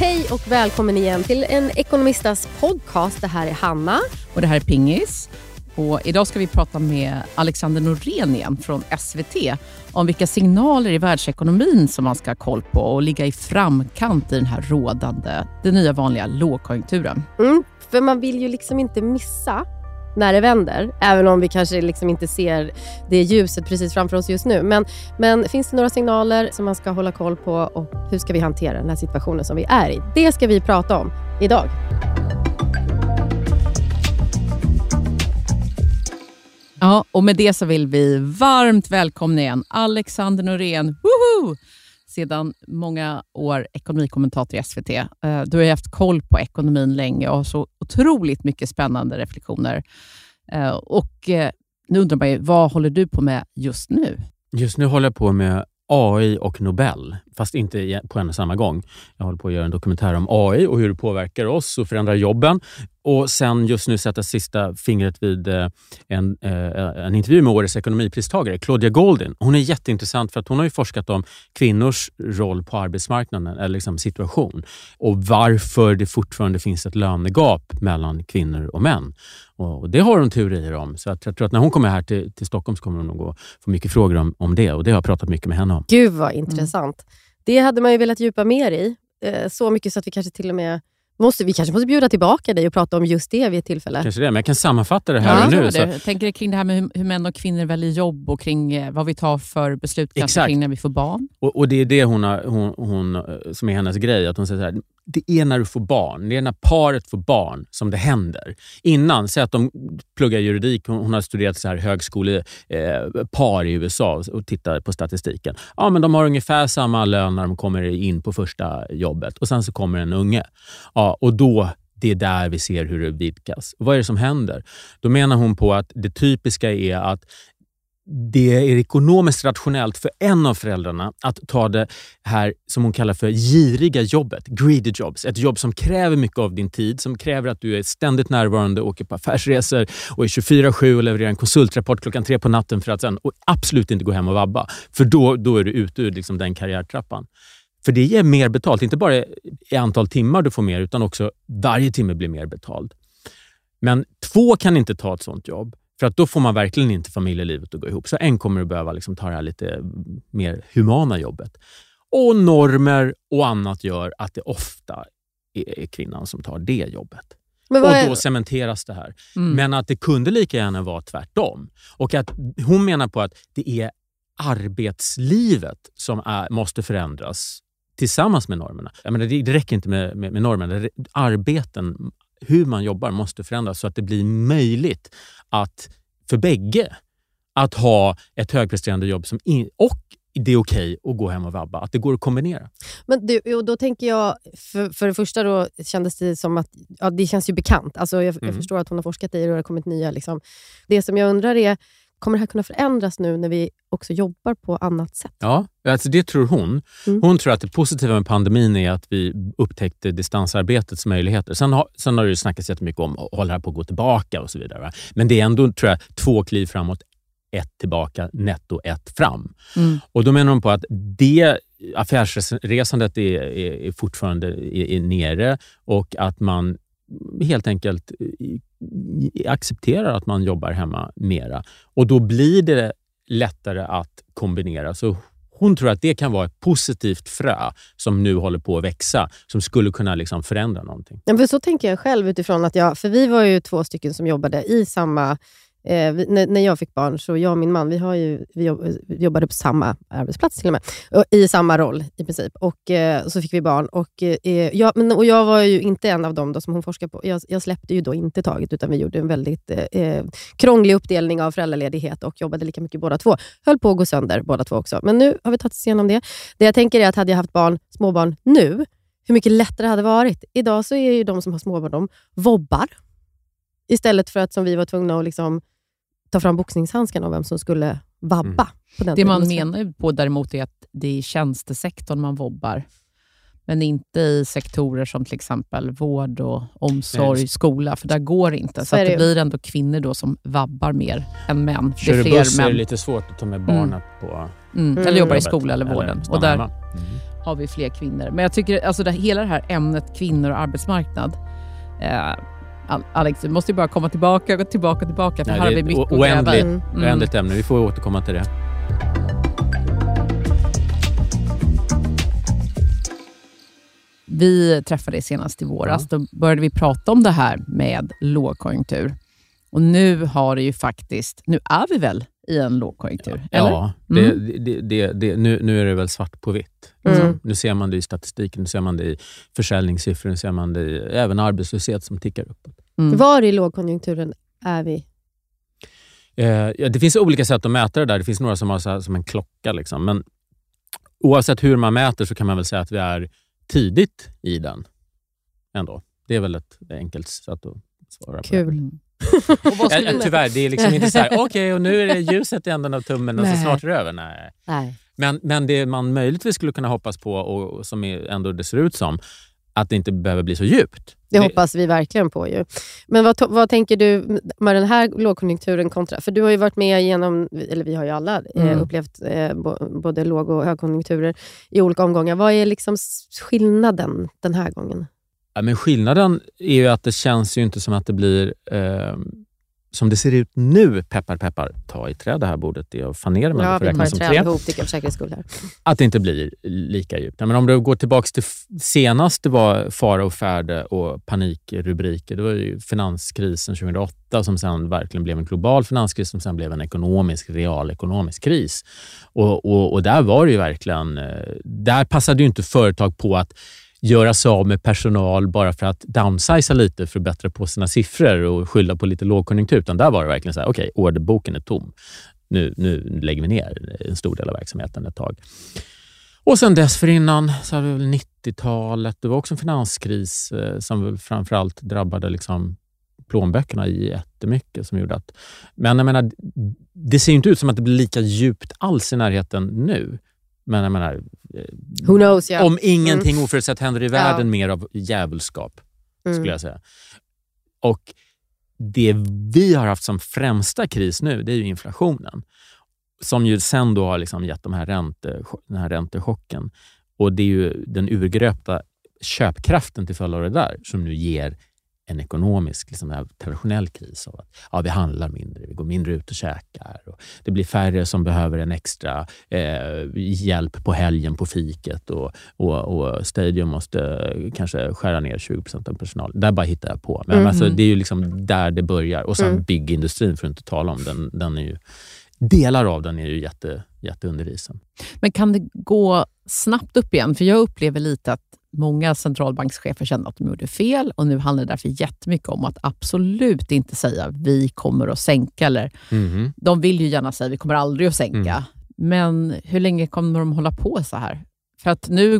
Hej och välkommen igen till en Ekonomistas podcast. Det här är Hanna. Och det här är Pingis. Och idag ska vi prata med Alexander Norén igen från SVT om vilka signaler i världsekonomin som man ska ha koll på och ligga i framkant i den här den nya vanliga lågkonjunkturen. För man vill ju liksom inte missa när det vänder, även om vi kanske liksom inte ser det ljuset precis framför oss just nu. Men finns det några signaler som man ska hålla koll på och hur ska vi hantera den här situationen som vi är i? Det ska vi prata om idag. Ja, och med det så vill vi varmt välkomna igen Alexander Norén. Woho! Sedan många år ekonomikommentator i SVT. Du har haft koll på ekonomin länge och har så otroligt mycket spännande reflektioner. Och nu undrar man ju, vad håller du på med just nu? Just nu håller jag på med AI och Nobel, fast inte på en och samma gång. Jag håller på att göra en dokumentär om AI och hur det påverkar oss och förändrar jobben. Och sen just nu sätta sista fingret vid en intervju med årets ekonomipristagare, Claudia Goldin. Hon är jätteintressant för att hon har ju forskat om kvinnors roll på arbetsmarknaden, eller liksom situation. Och varför det fortfarande finns ett lönegap mellan kvinnor och män. Och det har hon teorier om. Så att jag tror att när hon kommer här till Stockholm så kommer hon nog få mycket frågor om det. Och det har jag pratat mycket med henne om. Gud vad intressant. Det hade man ju velat djupa mer i. Så mycket så att vi kanske till och med vi kanske måste bjuda tillbaka dig och prata om just det vid ett tillfälle. Kanske det, men jag kan sammanfatta det här nu. Så. Jag tänker kring det här med hur män och kvinnor väljer jobb och kring vad vi tar för beslut kanske kring när vi får barn. Och det är det hon som är hennes grej, att hon säger så här: det är när du får barn, det är när paret får barn som det händer. Innan, säg att de pluggar juridik, hon har studerat så här högskolepar i USA och tittar på statistiken. Ja, men de har ungefär samma lön när de kommer in på första jobbet och sen så kommer en unge. Ja, och då, det är där vi ser hur det vidgas. Och vad är det som händer? Då menar hon på att det typiska är att det är ekonomiskt rationellt för en av föräldrarna att ta det här som hon kallar för giriga jobbet, greedy jobs. Ett jobb som kräver mycket av din tid, som kräver att du är ständigt närvarande, åker på affärsresor och är 24/7 och levererar en konsultrapport 3:00 på natten för att sen och absolut inte gå hem och vabba. För då är du ute ur liksom den karriärtrappan. För det ger mer betalt, inte bara i antal timmar du får mer utan också varje timme blir mer betald. Men 2 kan inte ta ett sånt jobb. För att då får man verkligen inte familjelivet att gå ihop. Så en kommer att behöva liksom ta det här lite mer humana jobbet. Och normer och annat gör att det ofta är kvinnan som tar det jobbet. Och då cementeras det här. Men att det kunde lika gärna vara tvärtom. Och att hon menar på att det är arbetslivet som måste förändras tillsammans med normerna. Jag menar, det räcker inte med normerna. Arbeten, hur man jobbar, måste förändras så att det blir möjligt att för bägge att ha ett högpresterande jobb och det är okej att gå hem och vabba. Att det går att kombinera. Men då tänker jag, för det första då kändes det som att det känns ju bekant. Alltså jag förstår att hon har forskat i det och det har kommit nya. Liksom. Det som jag undrar är, kommer det här kunna förändras nu när vi också jobbar på annat sätt? Ja, alltså det tror hon. Hon tror att det positiva med pandemin är att vi upptäckte distansarbetets möjligheter. Sen har det ju snackats jättemycket om att hålla på att gå tillbaka och så vidare. Va? Men det är ändå, tror jag, 2 kliv framåt, 1 tillbaka, netto 1 fram. Och då menar hon på att det affärsresandet är fortfarande är nere och att man helt enkelt accepterar att man jobbar hemma mera. Och då blir det lättare att kombinera. Så hon tror att det kan vara ett positivt frö som nu håller på att växa, som skulle kunna liksom förändra någonting. Ja, för så tänker jag själv utifrån att för vi var ju 2 stycken som jobbade i samma när jag fick barn, så jag och min man, vi jobbade på samma arbetsplats till och med, i samma roll i princip, och så fick vi barn och jag var ju inte en av dem då som hon forskar på. Jag släppte ju då inte taget, utan vi gjorde en väldigt krånglig uppdelning av föräldraledighet och jobbade lika mycket båda två. Höll på att gå sönder båda två också, men nu har vi tagit oss igenom det. Det jag tänker är att hade jag haft småbarn nu, hur mycket lättare det hade varit. Idag så är ju de som har småbarn, de vobbar istället för att som vi var tvungna att liksom ta fram boxningshandskan om vem som skulle vabba. På den det man menar på däremot är att det är i tjänstesektorn man vobbar. Men inte i sektorer som till exempel vård och omsorg, skola. För där går det inte. Så att det blir ändå kvinnor då som vabbar mer än män. Kör du buss är det lite svårt att ta med barnet på... Eller jobbar i skola eller vården. Och där, har vi fler kvinnor. Men jag tycker alltså hela det här ämnet kvinnor och arbetsmarknad, Alex, du måste ju bara komma tillbaka. För här har vi mycket oändligt ämne. Vi får återkomma till det. Vi träffade senast i våras. Då började vi prata om det här med lågkonjunktur. Och nu har det ju faktiskt... Nu är vi väl i en lågkonjunktur, eller? Ja, nu är det väl svart på vitt. Liksom. Nu ser man det i statistiken, nu ser man det i försäljningssiffror, nu ser man det i även arbetslöshet som tickar uppåt. Var i lågkonjunkturen är vi? Det finns olika sätt att mäta det där. Det finns några som har så här, som en klocka. Liksom. Men oavsett hur man mäter så kan man väl säga att vi är tidigt i den. Ändå. Det är väl ett enkelt sätt att svara på. Kul. Tyvärr, det är liksom inte så här, okej, och nu är det ljuset i änden av tummen och så snart är det över. Nej. Men det man möjligtvis skulle kunna hoppas på och som ändå det ser ut som, att det inte behöver bli så djupt. Det hoppas vi verkligen på ju. Men vad tänker du med den här lågkonjunkturen kontra? För du har ju varit med genom, eller vi har ju alla upplevt både låg- och högkonjunkturer i olika omgångar. Vad är liksom skillnaden den här gången? Ja, men skillnaden är ju att det känns ju inte som att det blir som det ser ut nu, peppar, ta i trä det här bordet, det är att fanera med för räkna som tre. Ihop, tycker jag, för säkerhets skull här. Att det inte blir lika djupt. Men om du går tillbaka till senast det var fara och färde och panikrubriker, det var ju finanskrisen 2008 som sen verkligen blev en global finanskris som sen blev en realekonomisk kris. Och där var det ju verkligen, där passade ju inte företag på att göra sig av med personal bara för att downsiza lite för att bättra på sina siffror och skylla på lite lågkonjunktur. Utan där var det verkligen så här, okej, orderboken är tom. Nu lägger vi ner en stor del av verksamheten ett tag. Och sen dessförinnan så hade vi väl 90-talet. Det var också en finanskris som väl framförallt drabbade liksom plånböckerna jättemycket som gjorde att... Men jag menar, det ser ju inte ut som att det blir lika djupt alls i närheten nu. Men jag menar, who knows, yeah. Om ingenting oförutsett händer i världen mer av djävulskap, skulle jag säga. Och det vi har haft som främsta kris nu, det är ju inflationen. Som ju sen då har liksom gett den här räntechocken. Och det är ju den urgröpta köpkraften till följd av det där som nu ger en ekonomisk liksom, traditionell kris av att vi handlar mindre, vi går mindre ut och käkar och det blir färre som behöver en extra hjälp på helgen på fiket och Stadium måste kanske skära ner 20% av personal. Där bara hittar jag på. Men alltså, det är ju liksom där det börjar. Och sen byggindustrin för att inte tala om. Den är ju, delar av den är ju jätte under isen. Men kan det gå snabbt upp igen? För jag upplever lite att många centralbankschefer känner att de gjorde fel och nu handlar det därför jättemycket om att absolut inte säga vi kommer att sänka. Eller de vill ju gärna säga vi kommer aldrig att sänka. Men hur länge kommer de hålla på så här? För att nu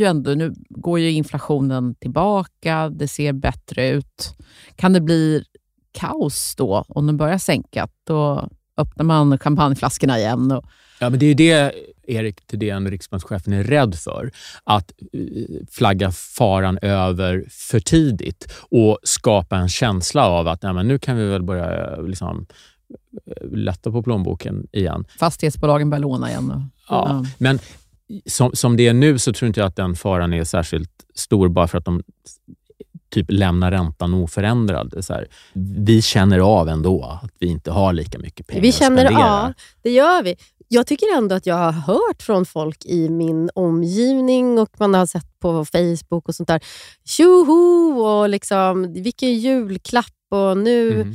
går ju inflationen tillbaka, det ser bättre ut. Kan det bli kaos då om de börjar sänka? Då öppnar man champagneflaskorna igen. Ja, men det är ju det Erik Thedéen, riksbankschefen, är rädd för. Att flagga faran över för tidigt och skapa en känsla av att men nu kan vi väl börja liksom, lätta på plånboken igen. Fastighetsbolagen börjar låna igen. Ja, men som det är nu så tror inte jag att den faran är särskilt stor bara för att de typ lämnar räntan oförändrad. Så här, vi känner av ändå att vi inte har lika mycket pengar vi att spendera. Ja, det gör vi. Jag tycker ändå att jag har hört från folk i min omgivning och man har sett på Facebook och sånt där. Tjoho! Och liksom, vilken julklapp och nu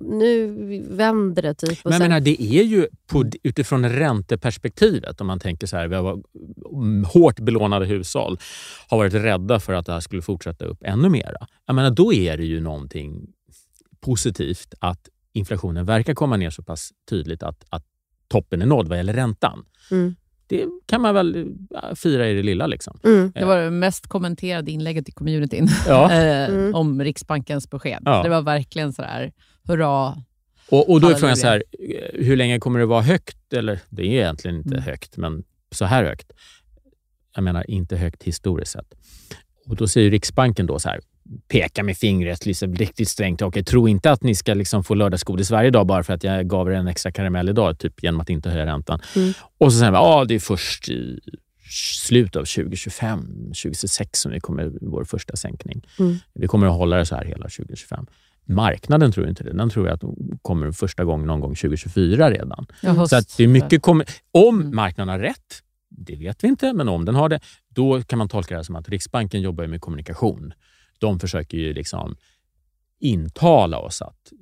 vänder det typ. Och men jag menar, det är ju utifrån ränteperspektivet, om man tänker så här, vi har hårt belånade hushåll har varit rädda för att det här skulle fortsätta upp ännu mera. Jag menar, då är det ju någonting positivt att inflationen verkar komma ner så pass tydligt att toppen är nådd vad gäller räntan. Det kan man väl fira i det lilla liksom. Det var det mest kommenterade inlägget i communityn om Riksbankens besked. Det var verkligen så här, hurra. Och då är frågan så här, hur länge kommer det vara högt? Eller det är egentligen inte högt, men så här högt. Jag menar inte högt historiskt sett. Och då säger Riksbanken då så här, peka med fingret liksom riktigt strängt. Okej, tro inte att ni ska liksom få lördagsgodis varje dag bara för att jag gav er en extra karamell idag, typ genom att inte höja räntan. Och så säger man, det är först i slutet av 2025, 2026 som vi kommer vår första sänkning. Vi kommer att hålla det så här hela 2025. Marknaden tror inte det. Den tror att de kommer första gången någon gång 2024 redan. Så att det är mycket om marknaden har rätt, det vet vi inte, men om den har det, då kan man tolka det som att Riksbanken jobbar med kommunikation. De försöker ju liksom intala oss att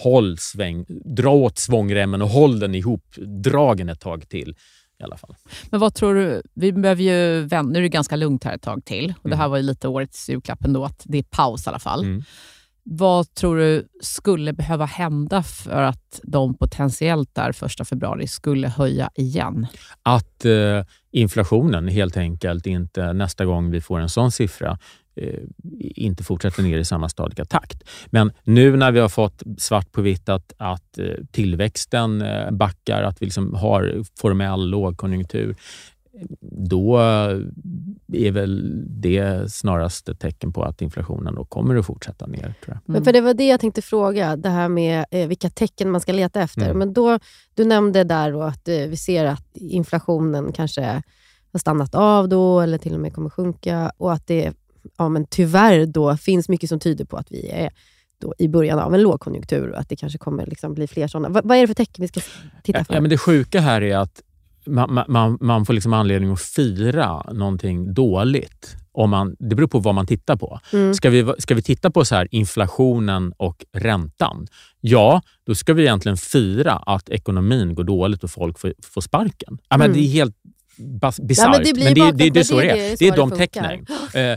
dra åt svångremmen och håll den ihop, dragen ett tag till i alla fall. Men vad tror du, vi behöver ju vänta, nu är det ganska lugnt här ett tag till och det här var ju lite årets julklapp ändå, att det är paus i alla fall. Vad tror du skulle behöva hända för att de potentiellt där 1 februari skulle höja igen? Att inflationen helt enkelt inte nästa gång vi får en sån siffra inte fortsätter ner i samma stadiga takt. Men nu när vi har fått svart på vitt att tillväxten backar, att vi liksom har formell lågkonjunktur, då är väl det snarast ett tecken på att inflationen då kommer att fortsätta ner, tror jag. Men för det var det jag tänkte fråga, det här med vilka tecken man ska leta efter. Men då, du nämnde där då att vi ser att inflationen kanske har stannat av då eller till och med kommer sjunka, och att det men tyvärr då finns mycket som tyder på att vi är då i början av en lågkonjunktur och att det kanske kommer liksom bli fler sådana. Vad är det för tecken vi ska titta på? Ja, men det sjuka här är att man får liksom anledning att fira någonting dåligt. Det beror på vad man tittar på. Ska vi titta på så här inflationen och räntan? Ja, då ska vi egentligen fira att ekonomin går dåligt och folk får sparken. Ja, men det är helt bisarrt. Men det är så det är. Det är de tecknen.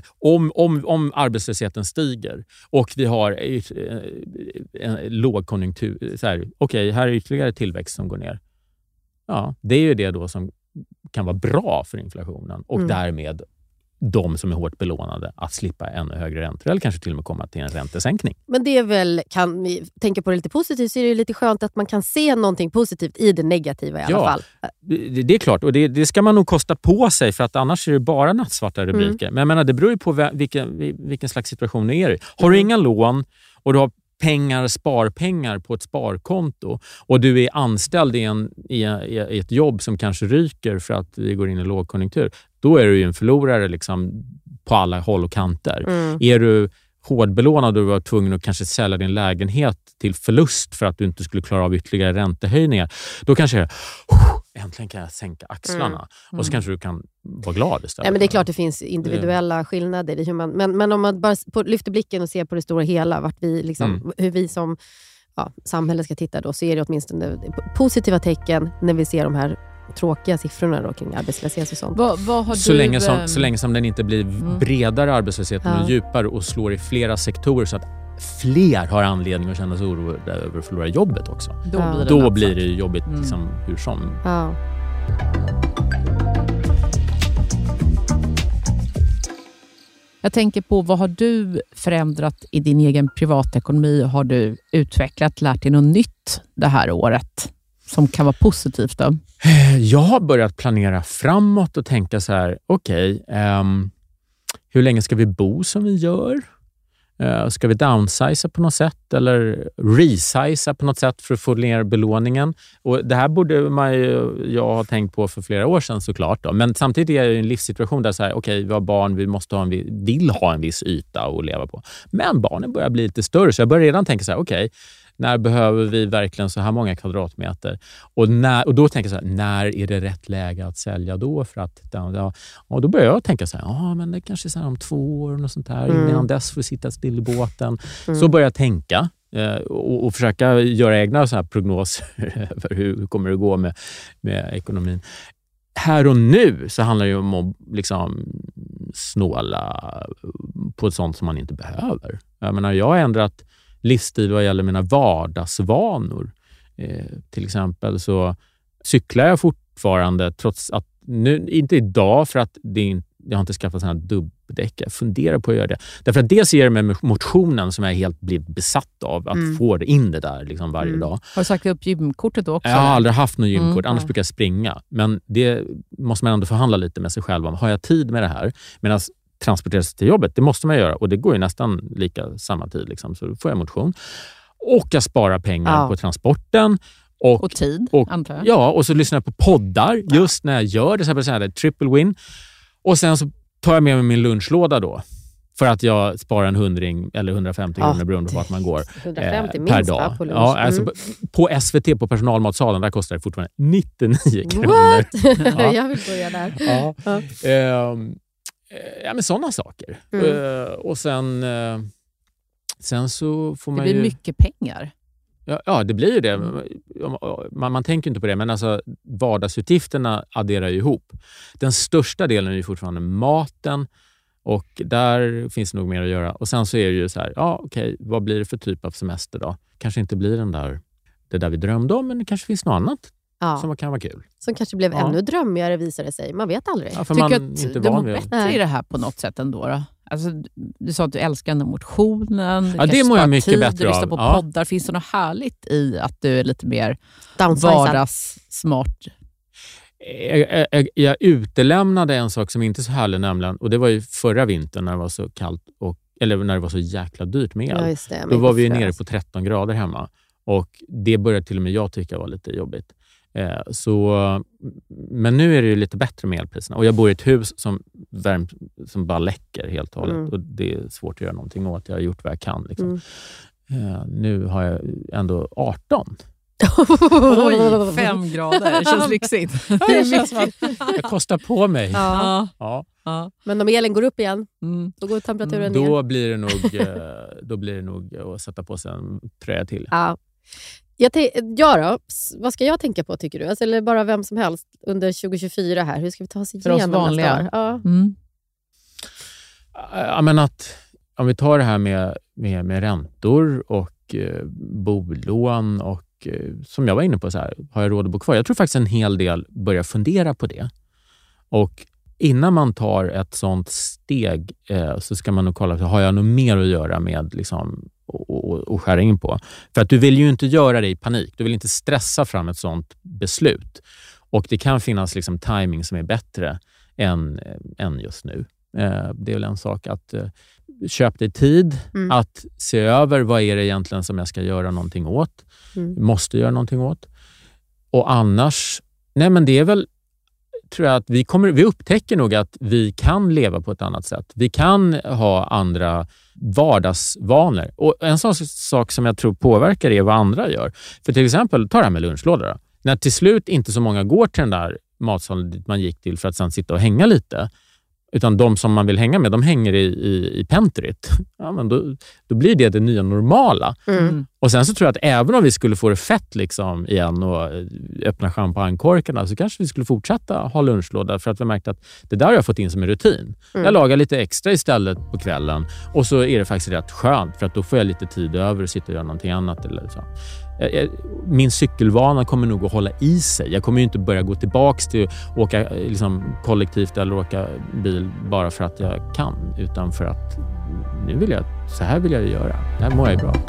Om arbetslösheten stiger och vi har en lågkonjunktur, så här, här är ytterligare tillväxt som går ner. Ja, det är ju det då som kan vara bra för inflationen och därmed de som är hårt belånade att slippa ännu högre räntor eller kanske till och med komma till en räntesänkning. Men det är väl, kan vi tänka på det lite positivt, så är det lite skönt att man kan se någonting positivt i det negativa i alla fall. Det är klart, och det ska man nog kosta på sig, för att annars är det bara nattsvarta rubriker. Men jag menar, det beror ju på vilken slags situation det är i. Har du inga lån och du har sparpengar på ett sparkonto och du är anställd i ett jobb som kanske ryker för att vi går in i lågkonjunktur, då är du ju en förlorare liksom på alla håll och kanter. Är du hårdbelånad och du var tvungen att kanske sälja din lägenhet till förlust för att du inte skulle klara av ytterligare räntehöjningar, då kanske äntligen kan jag sänka axlarna. Och så kanske du kan vara glad istället. Ja, men det är klart det finns individuella skillnader i hur man, men om man bara lyfter blicken och ser på det stora hela, vart vi liksom, hur vi som samhälle ska titta då, så är det åtminstone positiva tecken när vi ser de här tråkiga siffrorna då kring arbetslöshet och sånt. Vad har så länge som den inte blir bredare arbetslösheten och djupare och slår i flera sektorer så att fler har anledning att känna sig oroade över att förlora jobbet också. Då blir det jobbigt liksom, hur som. Ja. Jag tänker på, vad har du förändrat i din egen privatekonomi? Har du utvecklat, lärt dig något nytt det här året som kan vara positivt då? Jag har börjat planera framåt och tänka så här, okej, hur länge ska vi bo som vi gör? Ska vi downsiza på något sätt eller resiza på något sätt för att få ner belåningen? Och det här borde jag ha tänkt på för flera år sedan såklart då. Men samtidigt är jag i en livssituation där så här, okej, vi har barn, vi måste vill ha en viss yta att leva på. Men barnen börjar bli lite större, så jag börjar redan tänka så här, okej, när behöver vi verkligen så här många kvadratmeter? Och då tänker jag så här, när är det rätt läge att sälja då? För att, och då börjar jag tänka så här, men det kanske är så här om 2 år och sånt här. Innan dess får vi sitta still i båten. Så börjar jag tänka och försöka göra egna så här prognoser för hur kommer det gå med ekonomin. Här och nu så handlar det ju om att liksom snåla på ett sånt som man inte behöver. Jag menar, jag har ändrat livsstil vad gäller mina vardagsvanor. Till exempel så cyklar jag fortfarande, trots att nu, inte idag för att jag har inte skaffat sådana här dubbdäck. Jag funderar på att göra det. Därför att dels är det med motionen som jag helt blivit besatt av, att få in det där liksom varje dag. Har du sagt upp gymkortet då också? Jag har aldrig haft något gymkort, annars brukar jag springa. Men det måste man ändå förhandla lite med sig själv om. Har jag tid med det här? Medan transportera sig till jobbet, det måste man göra. Och det går ju nästan lika samma tid. Liksom, så då får jag motion. Och jag sparar pengar på transporten. Och tid, antar jag. Ja, och så lyssnar jag på poddar just när jag gör det. Så här triple win. Och sen så tar jag med mig min lunchlåda då. För att jag sparar en 100 eller 150 kronor beroende på vart man går 150 per dag. På lunch. Ja, alltså på SVT, på personalmatsalen, där kostar det fortfarande 99 kronor. Ja. Jag vill börja där. Ja, men sådana saker. Och sen så får man ju... Det blir mycket pengar. Ja, det blir ju det. Man tänker inte på det, men alltså vardagsutgifterna adderar ju ihop. Den största delen är ju fortfarande maten, och där finns nog mer att göra. Och sen så är det ju så här, vad blir det för typ av semester då? Kanske inte blir det där vi drömde om, men det kanske finns något annat som kan vara kul. Som kanske blev ännu drömmigare, visar det sig. Man vet aldrig. Ja, för tycker man att inte du mår vid bättre i det här på något sätt ändå då? Alltså, du sa att du älskar den motionen. Ja, det mår jag mycket bättre av. Du lyssnar på poddar. Finns det något härligt i att du är lite mer vardagssmart? Jag utelämnade en sak som inte är så härlig, nämligen, och det var ju förra vintern när det var så kallt eller när det var så jäkla dyrt med el. Ja, just det, då var vi nere på 13 grader hemma, och det började till och med jag tycka var lite jobbigt. Men nu är det ju lite bättre med elpriserna, och jag bor i ett hus som bara läcker helt och hållet, och det är svårt att göra någonting åt. Jag har gjort vad jag kan liksom. Nu har jag ändå 18. Oj, 5 grader. Det känns lyxigt. Det känns som att jag kostar på mig. Ja. Men om elen går upp igen, då går temperaturen ner. Då blir det nog att sätta på sig en tröja till. Ja. Vad ska jag tänka på, tycker du? Alltså, eller bara vem som helst under 2024 här. Hur ska vi ta oss igenom för oss vanliga? Nästa år? Ja, men att om vi tar det här med räntor och bolån, och som jag var inne på, så här, har jag råd att bo kvar? Jag tror faktiskt en hel del börjar fundera på det. Och innan man tar ett sånt steg så ska man nog kolla, har jag nog mer att göra med liksom, och skära in på? För att du vill ju inte göra det i panik. Du vill inte stressa fram ett sånt beslut. Och det kan finnas liksom timing som är bättre än just nu. Det är väl en sak att köpa dig tid att se över vad är det egentligen som jag ska göra någonting åt. Måste göra någonting åt. Och annars, men det är väl, tror jag att vi upptäcker nog att vi kan leva på ett annat sätt. Vi kan ha andra vardagsvanor. Och en sån sak som jag tror påverkar är vad andra gör. För till exempel, ta det här med lunchlådor då. När till slut inte så många går till den där matsalen dit man gick till för att sedan sitta och hänga lite. Utan de som man vill hänga med, de hänger i pentryt. Ja, men då blir det nya normala. Och sen så tror jag att även om vi skulle få det fett liksom igen och öppna champagnekorkarna, så kanske vi skulle fortsätta ha lunchlåda, för att vi märkt att det där har jag fått in som en rutin. Jag lagar lite extra istället på kvällen, och så är det faktiskt rätt skönt, för att då får jag lite tid över och sitta och göra någonting annat eller så. Min cykelvana kommer nog att hålla i sig. Jag kommer ju inte börja gå tillbaks till att åka liksom kollektivt eller åka bil bara för att jag kan, utan för att så här vill jag göra. Det här mår jag bra.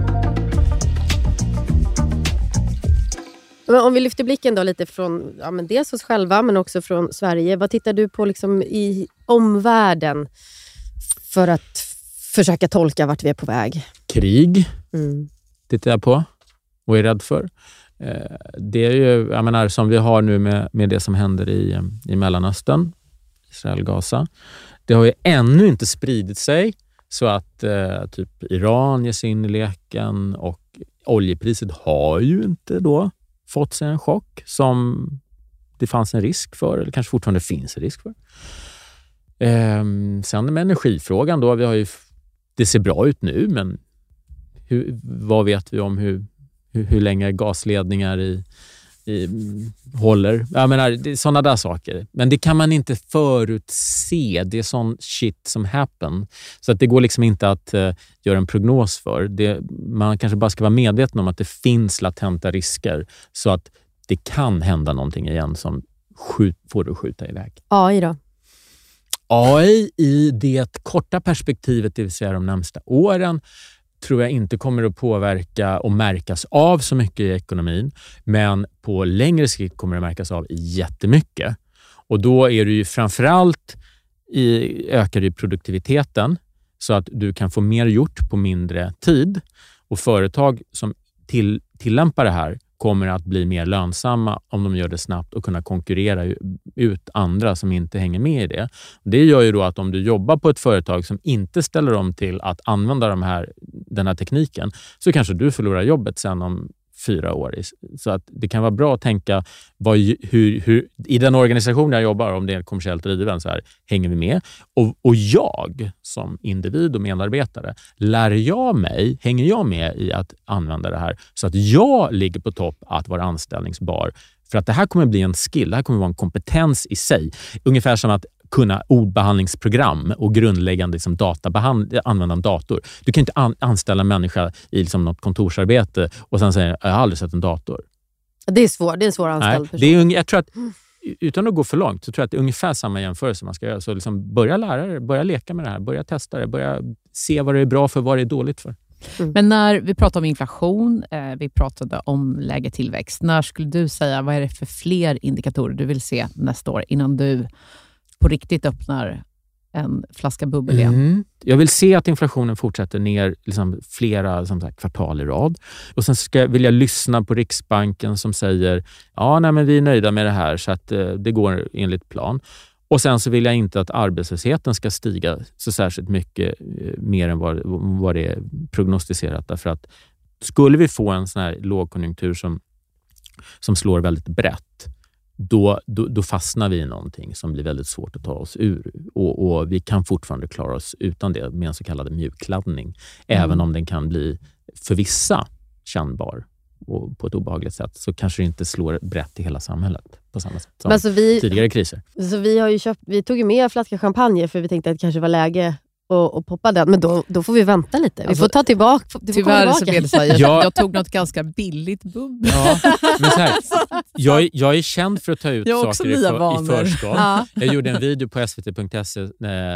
Men om vi lyfter blicken då lite från dels oss själva, men också från Sverige. Vad tittar du på liksom i omvärlden för att försöka tolka vart vi är på väg? Krig tittar jag på och är rädd för. Det är ju, jag menar, som vi har nu med det som händer i Mellanöstern, Israel, Gaza. Det har ju ännu inte spridit sig så att typ Iran ger sig in i leken, och oljepriset har ju inte då fått sig en chock som det fanns en risk för, eller kanske fortfarande finns en risk för. Sen med energifrågan då, det ser bra ut nu, men vad vet vi om hur länge gasledningar håller? Jag menar, det är sådana där saker. Men det kan man inte förutse. Det är sån shit som happen. Så att det går liksom inte att göra en prognos för. Man kanske bara ska vara medveten om att det finns latenta risker, så att det kan hända någonting igen som får det att skjuta iväg. AI då? AI i det korta perspektivet, det vill säga de närmsta åren, tror jag inte kommer att påverka och märkas av så mycket i ekonomin. Men på längre sikt kommer det märkas av jättemycket. Och då är det ju framförallt ökar ju produktiviteten, så att du kan få mer gjort på mindre tid. Och företag som tillämpar det här kommer att bli mer lönsamma om de gör det snabbt och kunna konkurrera ut andra som inte hänger med i det. Det gör ju då att om du jobbar på ett företag som inte ställer om till att använda den här tekniken, så kanske du förlorar jobbet sen om 4 år. Så att det kan vara bra att tänka hur i den organisation jag jobbar, om det är kommersiellt driven, så här, hänger vi med? Och jag som individ och medarbetare, hänger jag med i att använda det här så att jag ligger på topp att vara anställningsbar? För att det här kommer bli en skill, det här kommer vara en kompetens i sig. Ungefär som att kunna ordbehandlingsprogram och grundläggande liksom använda en dator. Du kan inte anställa en människa i liksom något kontorsarbete och sen säga jag har aldrig sett en dator. Det är en svår anställd person. Det är, jag tror att, utan att gå för långt, så tror jag att det är ungefär samma jämförelse man ska göra. Så liksom börja lära dig, börja leka med det här, börja testa det, börja se vad det är bra för, vad det är dåligt för. Men när vi pratar om inflation, vi pratade om lägre tillväxt, när skulle du säga, vad är det för fler indikatorer du vill se nästa år innan du på riktigt öppnar en flaska bubbel igen? Jag vill se att inflationen fortsätter ner liksom flera kvartal i rad. Och sen vill jag lyssna på Riksbanken som säger men vi är nöjda med det här så att det går enligt plan. Och sen så vill jag inte att arbetslösheten ska stiga så särskilt mycket mer än vad det är prognostiserat. Därför att skulle vi få en sån här lågkonjunktur som slår väldigt brett, då fastnar vi i någonting som blir väldigt svårt att ta oss ur. Och vi kan fortfarande klara oss utan det med en så kallad mjukladdning. Även om den kan bli för vissa kännbar och på ett obehagligt sätt, så kanske det inte slår brett i hela samhället på samma sätt som tidigare kriser. Så vi tog ju med en flaska champagne för vi tänkte att det kanske var läge och poppa den, men då får vi vänta lite. Vi får ta tillbaka. Tyvärr så blev det så här, jag tog något ganska billigt bubbel. Ja, men så här, jag är känd för att ta ut saker i förskott. Ja. Jag gjorde en video på svt.se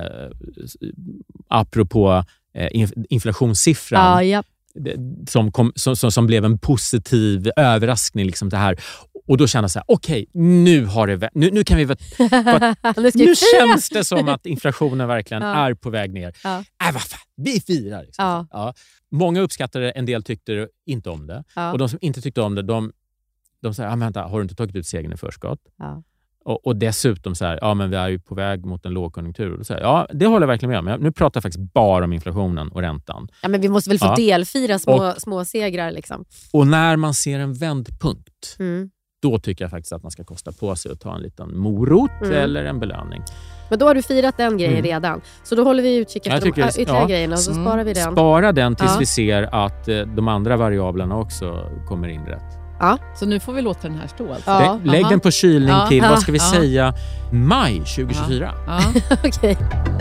apropå inflationssiffran. Ja. Som blev en positiv överraskning liksom det här. Och då kände jag så här, okej, nu kan vi nu känns det som att inflationen verkligen är på väg ner. Ja. Vad fan, vi firar. Liksom. Ja. Många uppskattade det, en del tyckte inte om det. Ja. Och de som inte tyckte om det, de sa, vänta, har du inte tagit ut segern i förskott? Ja. Och dessutom så här, men vi är ju på väg mot en lågkonjunktur. Och så här, det håller jag verkligen med om. Men nu pratar jag faktiskt bara om inflationen och räntan. Ja, men vi måste väl få delfira små segrar liksom. Och när man ser en vändpunkt, då tycker jag faktiskt att man ska kosta på sig att ta en liten morot eller en belöning. Men då har du firat den grejen redan. Så då håller vi utkik efter de ytterligare grejerna och så sparar vi den. Spara den tills vi ser att de andra variablerna också kommer in rätt. Ja. Så nu får vi låta den här stå alltså. Lägg den på kylning till, vad ska vi säga, maj 2024. Okej.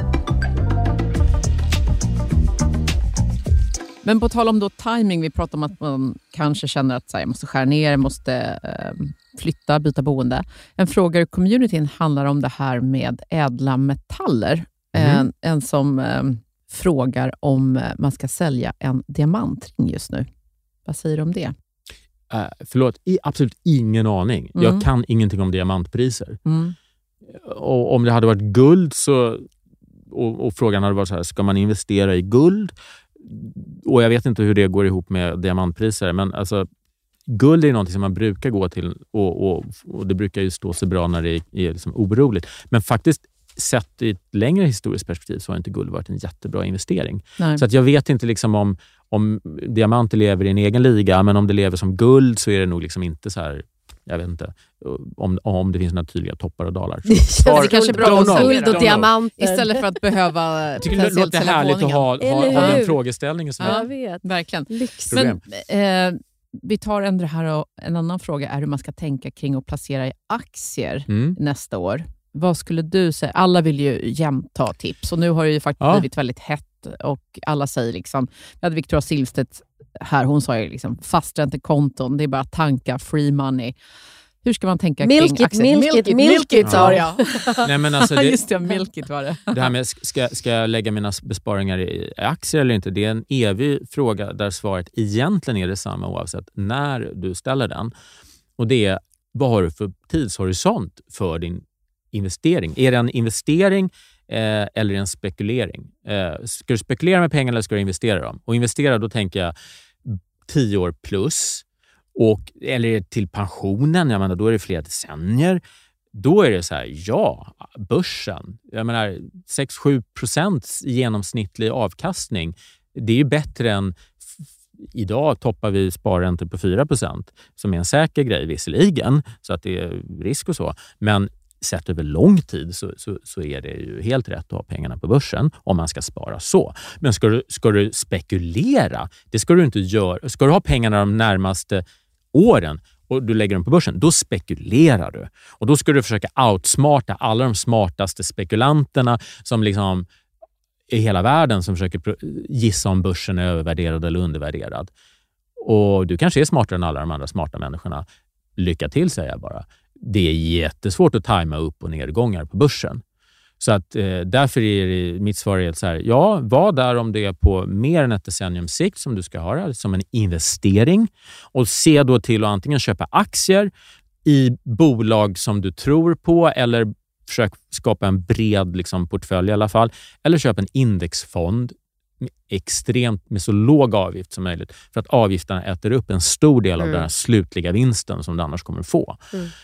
Men på tal om då timing, vi pratar om att man kanske känner att jag måste skära ner, jag måste flytta, byta boende. En fråga i communityn handlar om det här med ädla metaller. En som frågar om man ska sälja en diamantring just nu. Vad säger du om det? Absolut ingen aning. Jag kan ingenting om diamantpriser. Och om det hade varit guld och frågan hade varit så här, ska man investera i guld? Och jag vet inte hur det går ihop med diamantpriser, men alltså guld är något som man brukar gå till och det brukar ju stå så bra när det är liksom oroligt. Men faktiskt sett i ett längre historiskt perspektiv så har inte guld varit en jättebra investering. Nej. Så att jag vet inte liksom om diamanter lever i en egen liga, men om det lever som guld så är det nog liksom inte så här, jag vet inte om det finns några tydliga toppar och dalar. Så det kanske är bra med guld och diamanter istället för att behöva. Jag tycker det låter härligt att ha den frågeställningen som jag vet. Verkligen. Men vi tar ändå det här, och en annan fråga är hur man ska tänka kring att placera i aktier nästa år. Vad skulle du säga? Alla vill ju jämt ta tips och nu har det ju faktiskt blivit väldigt hett och alla säger liksom, vi hade Victoria Silvstedt här, hon sa ju liksom fasträntekonton, det är bara tanka, free money. Hur ska man tänka kring aktier? Milk it, sa jag. Nej, men alltså just det, milk it var det. Det här med ska jag lägga mina besparingar i aktier eller inte, det är en evig fråga där svaret egentligen är detsamma oavsett när du ställer den. Och det är, vad har du för tidshorisont för din investering? Är det en investering eller en spekulering? Ska du spekulera med pengar eller ska du investera dem? Och investera, då tänker jag 10 år plus. eller till pensionen, jag menar, då är det flera decennier. Då är det så här, börsen, jag menar 6-7% genomsnittlig avkastning. Det är ju bättre än, idag toppar vi sparräntor på 4%, som är en säker grej visserligen, så att det är risk och så. Men sett över lång tid så är det ju helt rätt att ha pengarna på börsen om man ska spara så. Men ska du spekulera, det ska du inte göra. Ska du ha pengarna de närmaste åren och du lägger dem på börsen, då spekulerar du. Och då ska du försöka outsmarta alla de smartaste spekulanterna som liksom i hela världen som försöker gissa om börsen är övervärderad eller undervärderad. Och du kanske är smartare än alla de andra smarta människorna. Lycka till, säger jag bara. Det är jättesvårt att tajma upp- och nedgångar på börsen. Så att därför är mitt svar så här, var där om det är på mer än ett decennium sikt som du ska ha det, som en investering. Och se då till att antingen köpa aktier i bolag som du tror på, eller försök skapa en bred liksom, portfölj i alla fall. Eller köpa en indexfond med så låg avgift som möjligt. För att avgifterna äter upp en stor del av den här slutliga vinsten som du annars kommer få.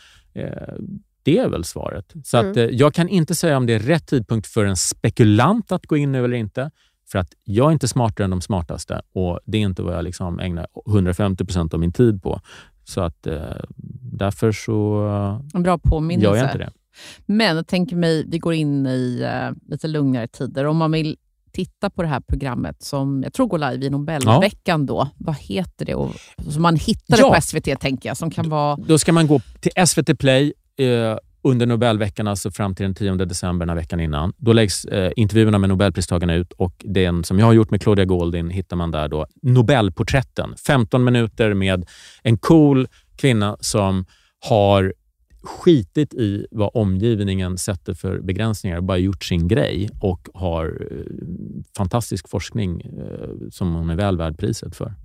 Det är väl svaret. Så att, jag kan inte säga om det är rätt tidpunkt för en spekulant att gå in nu eller inte. För att jag är inte smartare än de smartaste. Och det är inte vad jag liksom ägnar 150% av min tid på. Så att därför så en bra påminnelse. Gör jag inte det. Men jag tänker mig, vi går in i lite lugnare tider. Om man vill titta på det här programmet som jag tror går live i Nobelveckan då. Vad heter det? Och, som man hittar det på SVT, tänker jag. Som kan vara... Då ska man gå till SVT Play under Nobelveckan, alltså fram till den 10 december, den veckan innan. Då läggs intervjuerna med Nobelpristagarna ut, och den som jag har gjort med Claudia Goldin hittar man där då. Nobelporträtten. 15 minuter med en cool kvinna som har skitit i vad omgivningen sätter för begränsningar, bara gjort sin grej och har fantastisk forskning som hon är väl värd priset för.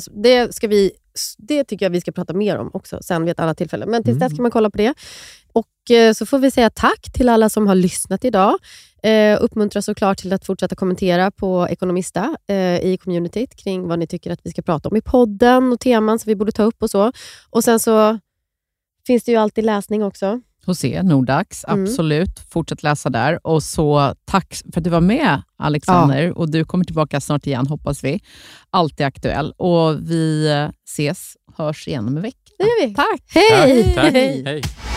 Det tycker jag vi ska prata mer om också sen vid ett annat tillfälle. Men tills dess kan man kolla på det. Och så får vi säga tack till alla som har lyssnat idag. Uppmuntra såklart till att fortsätta kommentera på Ekonomista i communityt kring vad ni tycker att vi ska prata om i podden och teman som vi borde ta upp och så. Och sen så finns det ju alltid läsning också. Hos er, Nordax, absolut. Fortsätt läsa där. Och så tack för att du var med, Alexander. Ja. Och du kommer tillbaka snart igen, hoppas vi. Alltid aktuell. Och vi hörs igen om en vecka. Det gör vi. Tack. Hej! Tack. Hej.